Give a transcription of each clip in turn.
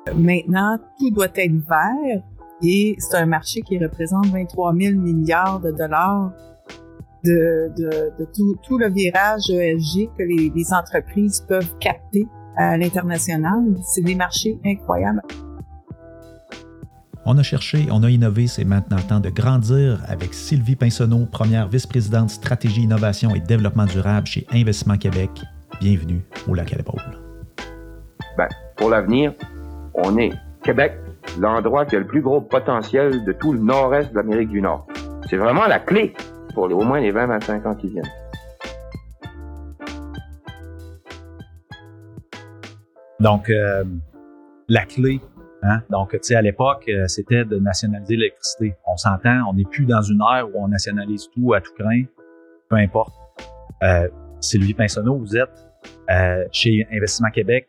Maintenant, tout doit être vert et c'est un marché qui représente 23 000 milliards de dollars de tout le virage ESG que les entreprises peuvent capter à l'international. C'est des marchés incroyables. On a cherché, on a innové, c'est maintenant le temps de grandir avec Sylvie Pinsonneau, première vice-présidente stratégie, innovation et développement durable chez Investissement Québec. Bienvenue au Lac à l'épaule. Pour l'avenir, on est Québec, l'endroit qui a le plus gros potentiel de tout le nord-est de l'Amérique du Nord. C'est vraiment la clé pour au moins les 20-25 ans qui viennent. Donc, la clé, hein? Donc, tu sais, à l'époque, c'était de nationaliser l'électricité. On s'entend, on n'est plus dans une ère où on nationalise tout à tout crin, peu importe. Sylvie Pinsonneau, vous êtes chez Investissement Québec.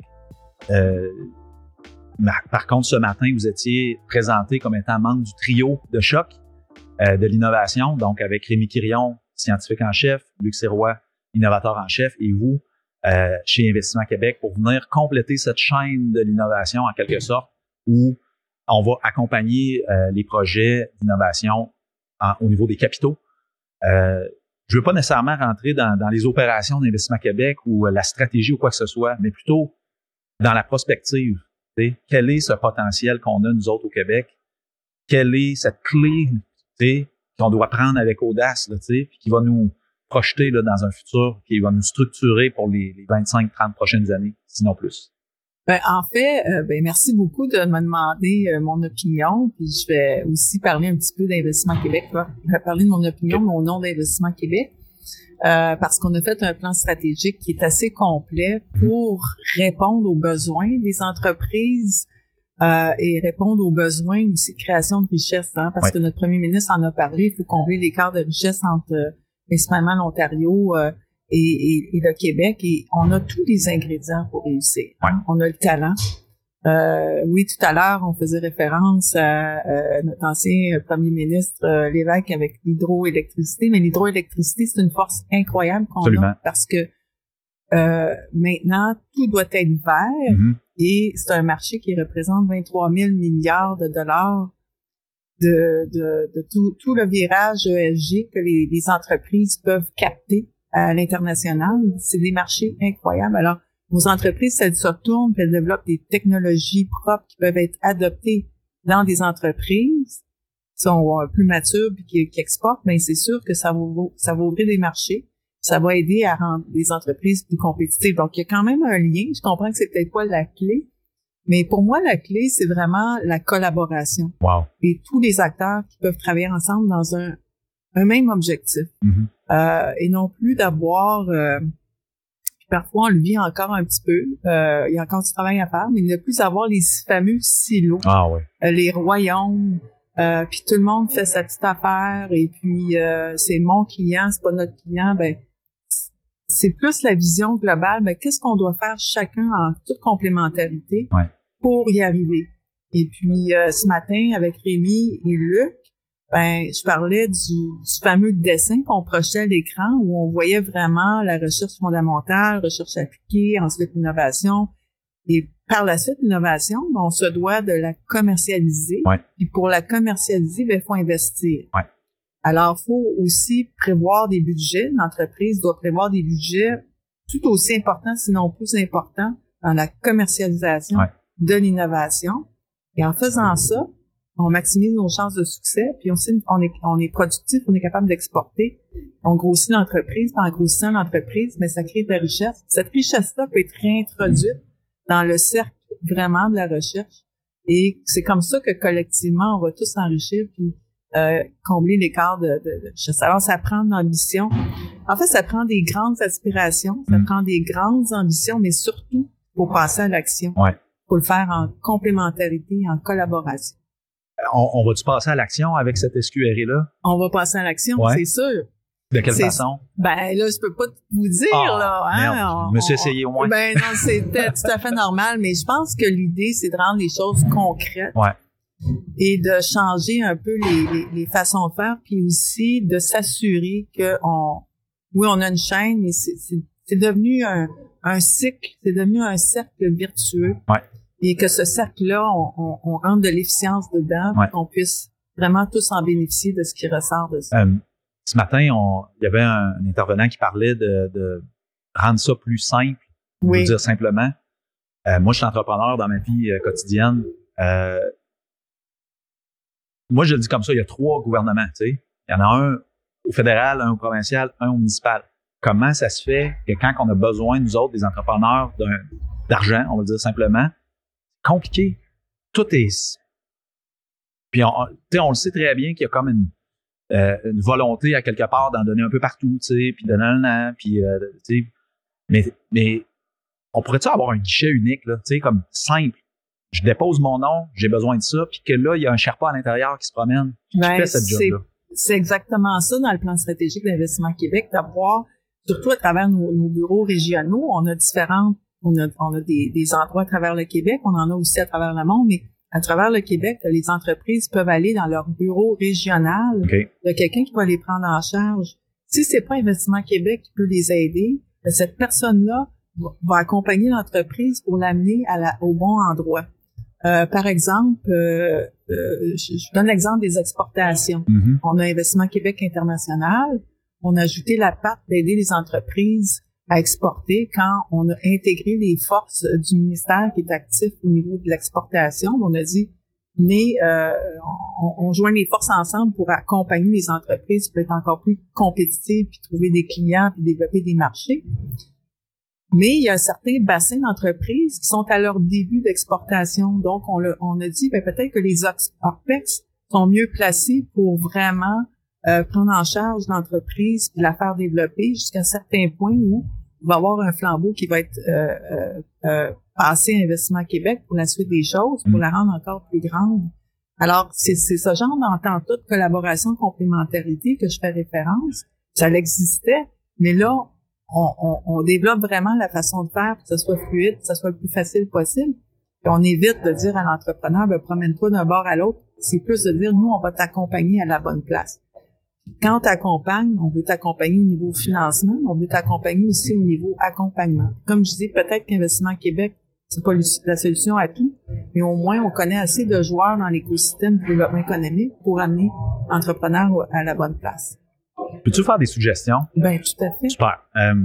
Par contre, ce matin, vous étiez présenté comme étant membre du trio de choc de l'innovation, donc avec Rémi Quirion, scientifique en chef, Luc Sirois, innovateur en chef, et vous, chez Investissement Québec, pour venir compléter cette chaîne de l'innovation en quelque sorte, où on va accompagner les projets d'innovation au niveau des capitaux. Je veux pas nécessairement rentrer dans les opérations d'Investissement Québec ou la stratégie ou quoi que ce soit, mais plutôt dans la prospective. Quel est ce potentiel qu'on a, nous autres, au Québec? Quelle est cette clé qu'on doit prendre avec audace, là, puis qui va nous projeter là, dans un futur, qui va nous structurer pour les 25-30 prochaines années, sinon plus? En fait, merci beaucoup de me demander mon opinion. Puis je vais aussi parler un petit peu d'Investissement Québec. Je vais parler de mon opinion, mon nom d'Investissement Québec. Parce qu'on a fait un plan stratégique qui est assez complet pour répondre aux besoins des entreprises et répondre aux besoins aussi de création de richesse. Hein, parce que notre premier ministre en a parlé, il faut combler l'écart de richesse entre principalement l'Ontario et le Québec. Et on a tous les ingrédients pour réussir. Hein. On a le talent. Oui, tout à l'heure, on faisait référence à notre ancien premier ministre Lévesque avec l'hydroélectricité, mais l'hydroélectricité, c'est une force incroyable qu'on a parce que maintenant, tout doit être vert et c'est un marché qui représente 23 000 milliards de dollars de tout le virage ESG que les entreprises peuvent capter à l'international. C'est des marchés incroyables. Alors, nos entreprises, elles se retournent, elles développent des technologies propres qui peuvent être adoptées dans des entreprises qui sont plus matures puis qui exportent, mais c'est sûr que ça va ouvrir des marchés, ça va aider à rendre les entreprises plus compétitives. Donc, il y a quand même un lien. Je comprends que c'est peut-être pas la clé, mais pour moi, la clé, c'est vraiment la collaboration. Wow. Et tous les acteurs qui peuvent travailler ensemble dans un même objectif. Et non plus d'avoir... Parfois, on le vit encore un petit peu. Il y a encore du travail à faire, mais ne plus avoir les fameux silos. Les royaumes. Puis tout le monde fait sa petite affaire. Et puis, c'est mon client, c'est pas notre client. C'est plus la vision globale. Qu'est-ce qu'on doit faire chacun en toute complémentarité pour y arriver? Et puis, ce matin, avec Rémi et Luc, je parlais du fameux dessin qu'on projetait à l'écran où on voyait vraiment la recherche fondamentale, recherche appliquée, ensuite l'innovation. Et par la suite, l'innovation, on se doit de la commercialiser. Puis pour la commercialiser, il faut investir. Alors, il faut aussi prévoir des budgets. L'entreprise doit prévoir des budgets tout aussi importants, sinon plus importants, dans la commercialisation de l'innovation. Et en faisant ça, on maximise nos chances de succès, puis aussi, on est productif, on est capable d'exporter. On grossit l'entreprise, puis en grossissant l'entreprise, ça crée de la richesse. Cette richesse-là peut être réintroduite dans le cercle vraiment de la recherche. Et c'est comme ça que collectivement, on va tous s'enrichir, puis combler l'écart de richesse. Alors, ça prend de l'ambition. En fait, ça prend des grandes aspirations, ça prend des grandes ambitions, mais surtout pour passer à l'action. Pour le faire en complémentarité, en collaboration. On va-tu passer à l'action avec cette SQRI-là? On va passer à l'action, c'est sûr. De quelle façon? Là, je peux pas vous dire, là. Hein? Merde, je me suis essayé au moins. Non, c'était tout à fait normal, mais je pense que l'idée, c'est de rendre les choses concrètes. Et de changer un peu les façons de faire, puis aussi de s'assurer que on a une chaîne, mais c'est devenu un cycle, c'est devenu un cercle vertueux. et que ce cercle-là, on rentre de l'efficience dedans pour qu'on puisse vraiment tous en bénéficier de ce qui ressort de ça. Ce matin, il y avait un intervenant qui parlait de rendre ça plus simple, oui. Dire simplement. Moi, je suis entrepreneur dans ma vie quotidienne. Moi, je le dis comme ça, il y a 3 gouvernements, tu sais. Il y en a un au fédéral, un au provincial, un au municipal. Comment ça se fait que quand on a besoin, nous autres, des entrepreneurs, d'argent, on va le dire simplement, compliqué. Tout est... Puis, on le sait très bien qu'il y a comme une volonté à quelque part d'en donner un peu partout, tu sais, puis puis, tu sais, mais on pourrait-tu avoir un guichet unique, là, tu sais, comme simple. Je dépose mon nom, j'ai besoin de ça, puis que là, il y a un Sherpa à l'intérieur qui se promène, qui fait cette job-là. C'est exactement ça dans le plan stratégique d'Investissement Québec, d'avoir, surtout à travers nos bureaux régionaux, on a des endroits à travers le Québec, on en a aussi à travers le monde, mais à travers le Québec, les entreprises peuvent aller dans leur bureau régional de quelqu'un qui va les prendre en charge. Si c'est pas Investissement Québec qui peut les aider, cette personne-là va accompagner l'entreprise pour l'amener au bon endroit. Par exemple, je donne l'exemple des exportations. Mm-hmm. On a Investissement Québec International. On a ajouté la patte d'aider les entreprises à exporter quand on a intégré les forces du ministère qui est actif au niveau de l'exportation. On a dit, on joint les forces ensemble pour accompagner les entreprises pour être encore plus compétitives, puis trouver des clients, puis développer des marchés. Mais il y a un certain bassin d'entreprises qui sont à leur début d'exportation. Donc, on a dit, peut-être que les OPEX sont mieux placés pour vraiment prendre en charge l'entreprise et la faire développer jusqu'à un certain point où il va y avoir un flambeau qui va être passé à Investissement Québec pour la suite des choses, pour la rendre encore plus grande. Alors, c'est ce genre d'entente de collaboration, complémentarité que je fais référence. Ça existait, mais là, on développe vraiment la façon de faire pour que ça soit fluide, que ça soit le plus facile possible. Puis on évite de dire à l'entrepreneur, promène-toi d'un bord à l'autre. C'est plus de dire, nous, on va t'accompagner à la bonne place. Quand on t'accompagne, on veut t'accompagner au niveau financement, on veut t'accompagner aussi au niveau accompagnement. Comme je dis, peut-être qu'Investissement Québec, c'est pas la solution à tout, mais au moins, on connaît assez de joueurs dans l'écosystème du développement économique pour amener l'entrepreneur à la bonne place. Peux-tu faire des suggestions? Ben, tout à fait. Super.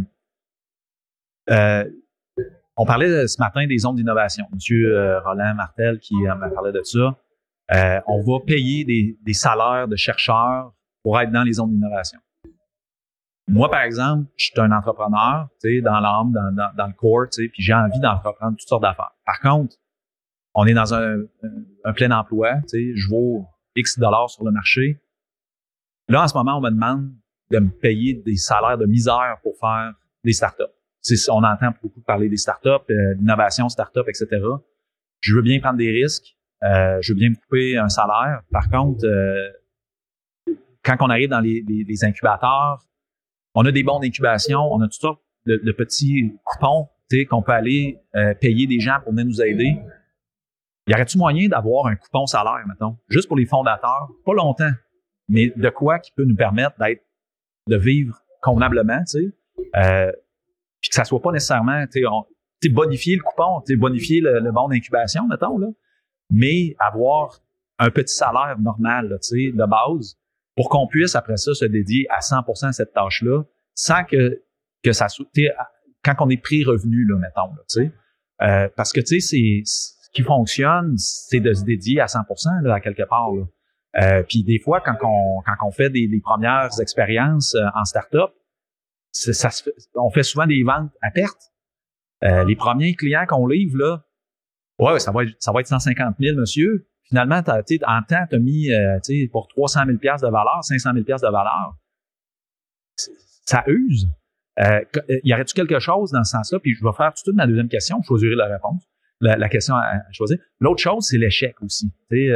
On parlait ce matin des zones d'innovation. Monsieur Roland Martel qui m'a parlé de ça. On va payer des salaires de chercheurs pour être dans les zones d'innovation. Moi, par exemple, je suis un entrepreneur, tu sais, dans l'âme, dans le corps, tu sais, puis j'ai envie d'entreprendre toutes sortes d'affaires. Par contre, on est dans un plein emploi, tu sais, je vaux X $ sur le marché. Là, en ce moment, on me demande de me payer des salaires de misère pour faire des startups. On entend beaucoup parler des startups, d'innovation, startups, etc. Je veux bien prendre des risques. Je veux bien me couper un salaire. Par contre, quand on arrive dans les incubateurs, on a des bons d'incubation, on a toutes sortes de petits coupons, tu sais, qu'on peut aller payer des gens pour venir nous aider. Y aurait-tu moyen d'avoir un coupon salaire, mettons, juste pour les fondateurs, pas longtemps, mais de quoi qui peut nous permettre de vivre convenablement, tu sais, puis que ça soit pas nécessairement, tu sais, bonifier le coupon, tu sais, bonifier le bon d'incubation, mettons, là, mais avoir un petit salaire normal, là, tu sais, de base, pour qu'on puisse après ça se dédier à 100% à cette tâche-là, sans que ça soit, quand on est pré-revenu, là, mettons, là, tu sais, parce que, tu sais, ce qui fonctionne, c'est de se dédier à 100%, là, à quelque part, là. Puis des fois, quand on fait des premières expériences en start-up, on fait souvent des ventes à perte. Les premiers clients qu'on livre, là, ouais, ça va être 150 000, monsieur. Finalement, en temps, t'as mis, pour 300 000 $ de valeur, 500 000 $ de valeur. Ça use. Y aurait-tu quelque chose dans ce sens-là? Puis je vais faire tout de suite ma deuxième question. Je choisirai la réponse. La question à choisir. L'autre chose, c'est l'échec aussi.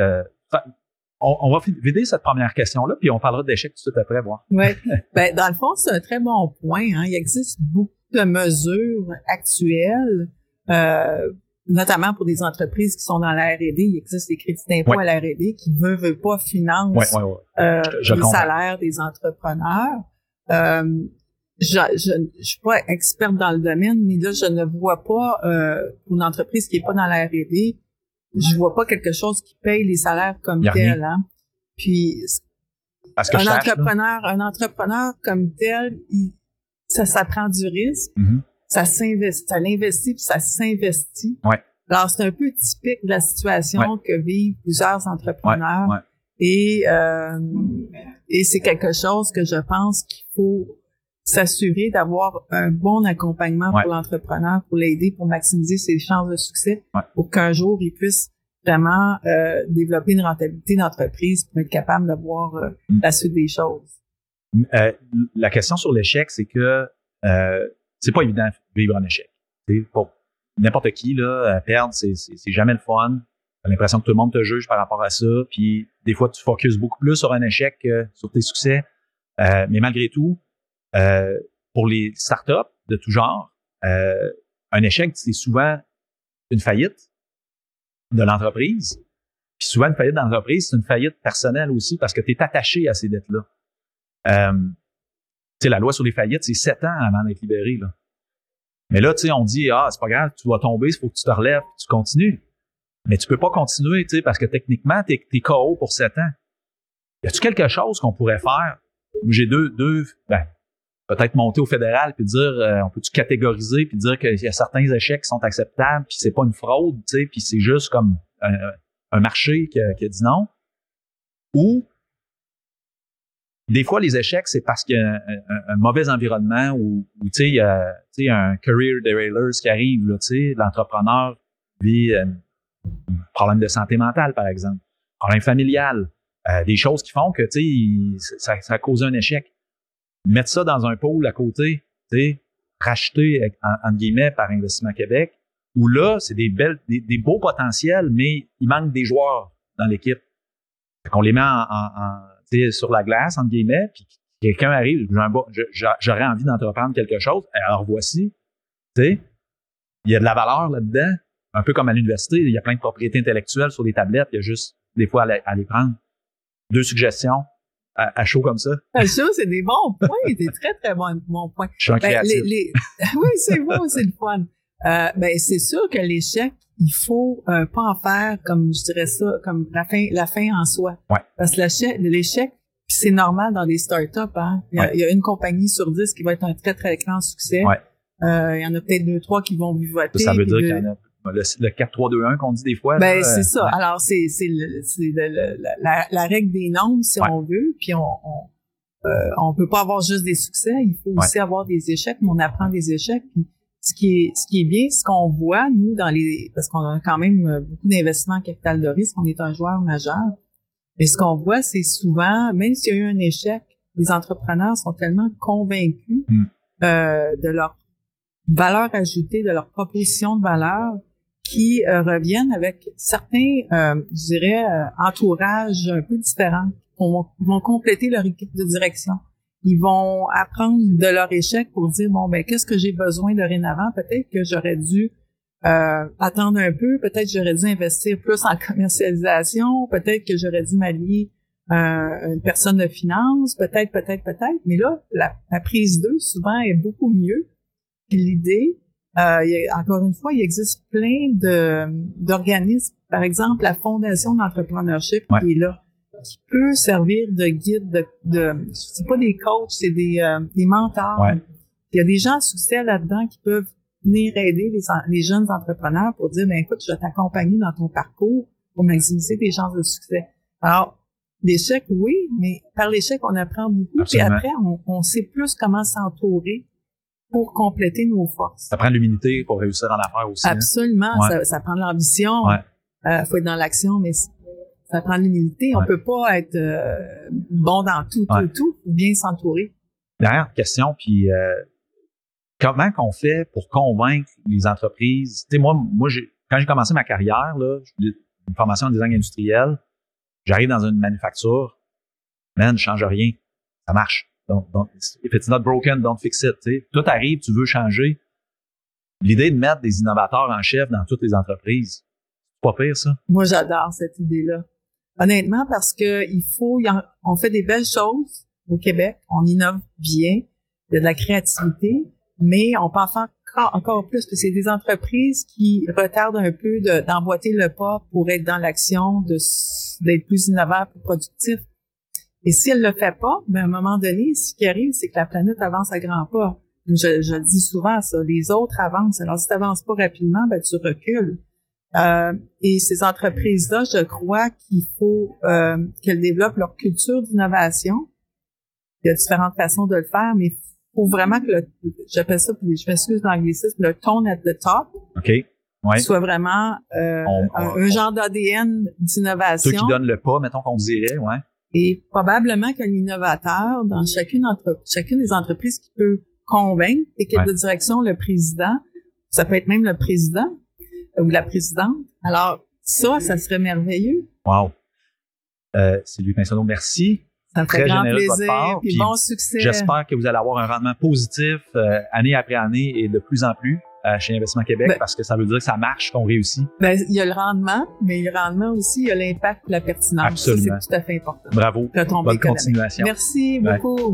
On va vider cette première question-là, puis on parlera d'échec tout de suite après, voir. Oui. Ben, dans le fond, c'est un très bon point, hein. Il existe beaucoup de mesures actuelles, notamment pour des entreprises qui sont dans la R&D. Il existe des crédits d'impôt à la R&D qui veut pas financent les salaires des entrepreneurs. je suis pas experte dans le domaine, mais là, je ne vois pas une entreprise qui est pas dans la R&D, je vois pas quelque chose qui paye les salaires comme tel, hein. Puis un entrepreneur comme tel, ça prend du risque, ça l'investit puis ça s'investit. Ouais. Alors c'est un peu typique de la situation que vivent plusieurs entrepreneurs. Ouais. Et c'est quelque chose que je pense qu'il faut s'assurer d'avoir un bon accompagnement pour l'entrepreneur, pour l'aider, pour maximiser ses chances de succès, pour qu'un jour, il puisse vraiment développer une rentabilité d'entreprise pour être capable d'avoir la suite des choses. La question sur l'échec, c'est que c'est pas évident de vivre un échec. Pour n'importe qui, là, perdre, c'est jamais le fun. T'as l'impression que tout le monde te juge par rapport à ça, puis des fois, tu focuses beaucoup plus sur un échec que sur tes succès. Mais malgré tout, pour les startups de tout genre, un échec, c'est souvent une faillite de l'entreprise. Puis souvent, une faillite d'entreprise, c'est une faillite personnelle aussi parce que tu es attaché à ces dettes-là. Tu sais, la loi sur les faillites, c'est 7 ans avant d'être libéré, là. Mais là, tu sais, on dit, c'est pas grave, tu vas tomber, il faut que tu te relèves, tu continues. Mais tu peux pas continuer, tu sais, parce que techniquement, t'es KO pour 7 ans. Y a-tu quelque chose qu'on pourrait faire? J'ai peut-être monter au fédéral puis dire, on peut-tu catégoriser puis dire qu'il y a certains échecs qui sont acceptables puis c'est pas une fraude, tu sais, puis c'est juste comme un marché qui a dit non. Ou des fois, les échecs, c'est parce qu'il y a un mauvais environnement ou tu sais, il y a un career derailers qui arrive, là, tu sais, l'entrepreneur vit un problème de santé mentale, par exemple, problème familial, des choses qui font que, tu sais, ça a causé un échec. Mettre ça dans un pôle à côté, tu sais, racheté, entre guillemets, par Investissement Québec, où là, c'est des beaux potentiels, mais il manque des joueurs dans l'équipe. Fait qu'on les met sur la glace, entre guillemets, puis quelqu'un arrive, j'aurais envie d'entreprendre quelque chose, alors voici, tu sais, il y a de la valeur là-dedans, un peu comme à l'université, il y a plein de propriétés intellectuelles sur les tablettes, il y a juste des fois à les prendre. 2 suggestions à chaud comme ça. À chaud, c'est des bons points, des très, très bons points. Je suis un créatif. Oui, c'est bon, c'est le fun. C'est sûr que l'échec, il faut pas en faire comme je dirais ça, comme la fin en soi. Ouais. Parce que l'échec, c'est normal dans les startups, hein. Il y a une compagnie sur 10 qui va être un très, très grand succès. Ouais. Il y en a peut-être 2-3 qui vont vivoter. Ça veut dire qu'il y en a le 4-3-2-1 qu'on dit des fois. C'est ça. Ouais. Alors, c'est la règle des nombres, si on veut. Puis on peut pas avoir juste des succès. Il faut aussi avoir des échecs, mais on apprend des échecs. Puis ce qui est bien, ce qu'on voit, nous, parce qu'on a quand même beaucoup d'investissements en capital de risque, on est un joueur majeur. Mais ce qu'on voit, c'est souvent, même s'il y a eu un échec, les entrepreneurs sont tellement convaincus de leur valeur ajoutée, de leur proposition de valeur, qui reviennent avec certains, je dirais, entourages un peu différents. Ils vont compléter leur équipe de direction. Ils vont apprendre de leur échec pour dire, qu'est-ce que j'ai besoin dorénavant? Peut-être que j'aurais dû attendre un peu. Peut-être que j'aurais dû investir plus en commercialisation. Peut-être que j'aurais dû m'allier une personne de finance. Peut-être. Mais là, la prise 2, souvent, est beaucoup mieux. Puis l'idée, encore une fois, il existe plein d'organismes. Par exemple, la Fondation d'entrepreneurship qui est là, qui peut servir de guide, c'est pas des coachs, c'est des mentors. Ouais. Il y a des gens à succès là-dedans qui peuvent venir aider les jeunes entrepreneurs pour dire, écoute, je vais t'accompagner dans ton parcours pour maximiser tes chances de succès. Alors, l'échec, oui, mais par l'échec, on apprend beaucoup. Absolument. Puis après, on sait plus comment s'entourer pour compléter nos forces. Ça prend l'humilité pour réussir en affaires aussi. Absolument. Hein? Ça prend de l'ambition. Ouais. Faut être dans l'action, mais ça prend de l'humilité. On peut pas être bon dans tout. Faut bien s'entourer. Dernière question, puis comment qu'on fait pour convaincre les entreprises? Tu sais, moi, quand j'ai commencé ma carrière, là, une formation en design industriel, j'arrive dans une manufacture, je change rien, ça marche. Donc, if it's not broken, don't fix it. Tu sais, tout arrive, tu veux changer. L'idée de mettre des innovateurs en chef dans toutes les entreprises, c'est pas pire, ça? Moi, j'adore cette idée-là. Honnêtement, parce que on fait des belles choses au Québec, on innove bien, il y a de la créativité, mais on peut en faire encore plus, parce que c'est des entreprises qui retardent un peu d'emboîter le pas pour être dans l'action, d'être plus innovant, plus productif. Et si elle le fait pas, ben à un moment donné, ce qui arrive, c'est que la planète avance à grands pas. Je le dis souvent, ça. Les autres avancent. Alors, si tu n'avances pas rapidement, ben tu recules. Et ces entreprises-là, je crois qu'il faut qu'elles développent leur culture d'innovation. Il y a différentes façons de le faire, mais il faut vraiment que j'appelle ça, je m'excuse d'anglicisme, le tone at the top. OK. Ouais. Soit vraiment un genre d'ADN d'innovation. Ceux qui donnent le pas, mettons qu'on dirait, ouais. Et probablement qu'un innovateur dans chacune des entreprises qui peut convaincre l'équipe de direction, le président, ça peut être même le président ou la présidente. Alors, ça serait merveilleux. Wow. Sylvie Pinsonneau, merci. Ça me fait grand plaisir, puis bon succès. J'espère que vous allez avoir un rendement positif année après année et de plus en plus chez Investissement Québec, parce que ça veut dire que ça marche, qu'on réussit. Ben, il y a le rendement, mais le rendement aussi, il y a l'impact et la pertinence. Absolument. Ça, c'est tout à fait important. Bravo. Bonne continuation. Merci beaucoup.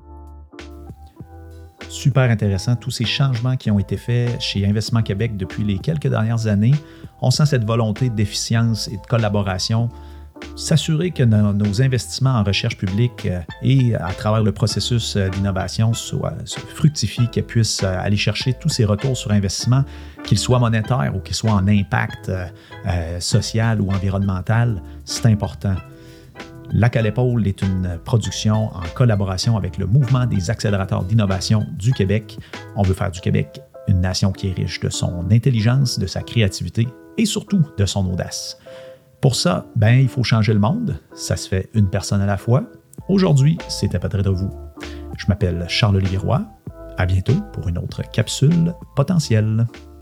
Super intéressant, tous ces changements qui ont été faits chez Investissement Québec depuis les quelques dernières années. On sent cette volonté d'efficience et de collaboration. S'assurer que nos investissements en recherche publique et à travers le processus d'innovation fructifient, qu'elles puissent aller chercher tous ces retours sur investissement, qu'ils soient monétaires ou qu'ils soient en impact social ou environnemental, c'est important. Lac à l'épaule est une production en collaboration avec le Mouvement des accélérateurs d'innovation du Québec. On veut faire du Québec une nation qui est riche de son intelligence, de sa créativité et surtout de son audace. Pour ça, il faut changer le monde. Ça se fait une personne à la fois. Aujourd'hui, c'était pas de vous. Je m'appelle Charles-Olivier Roy. À bientôt pour une autre capsule potentielle.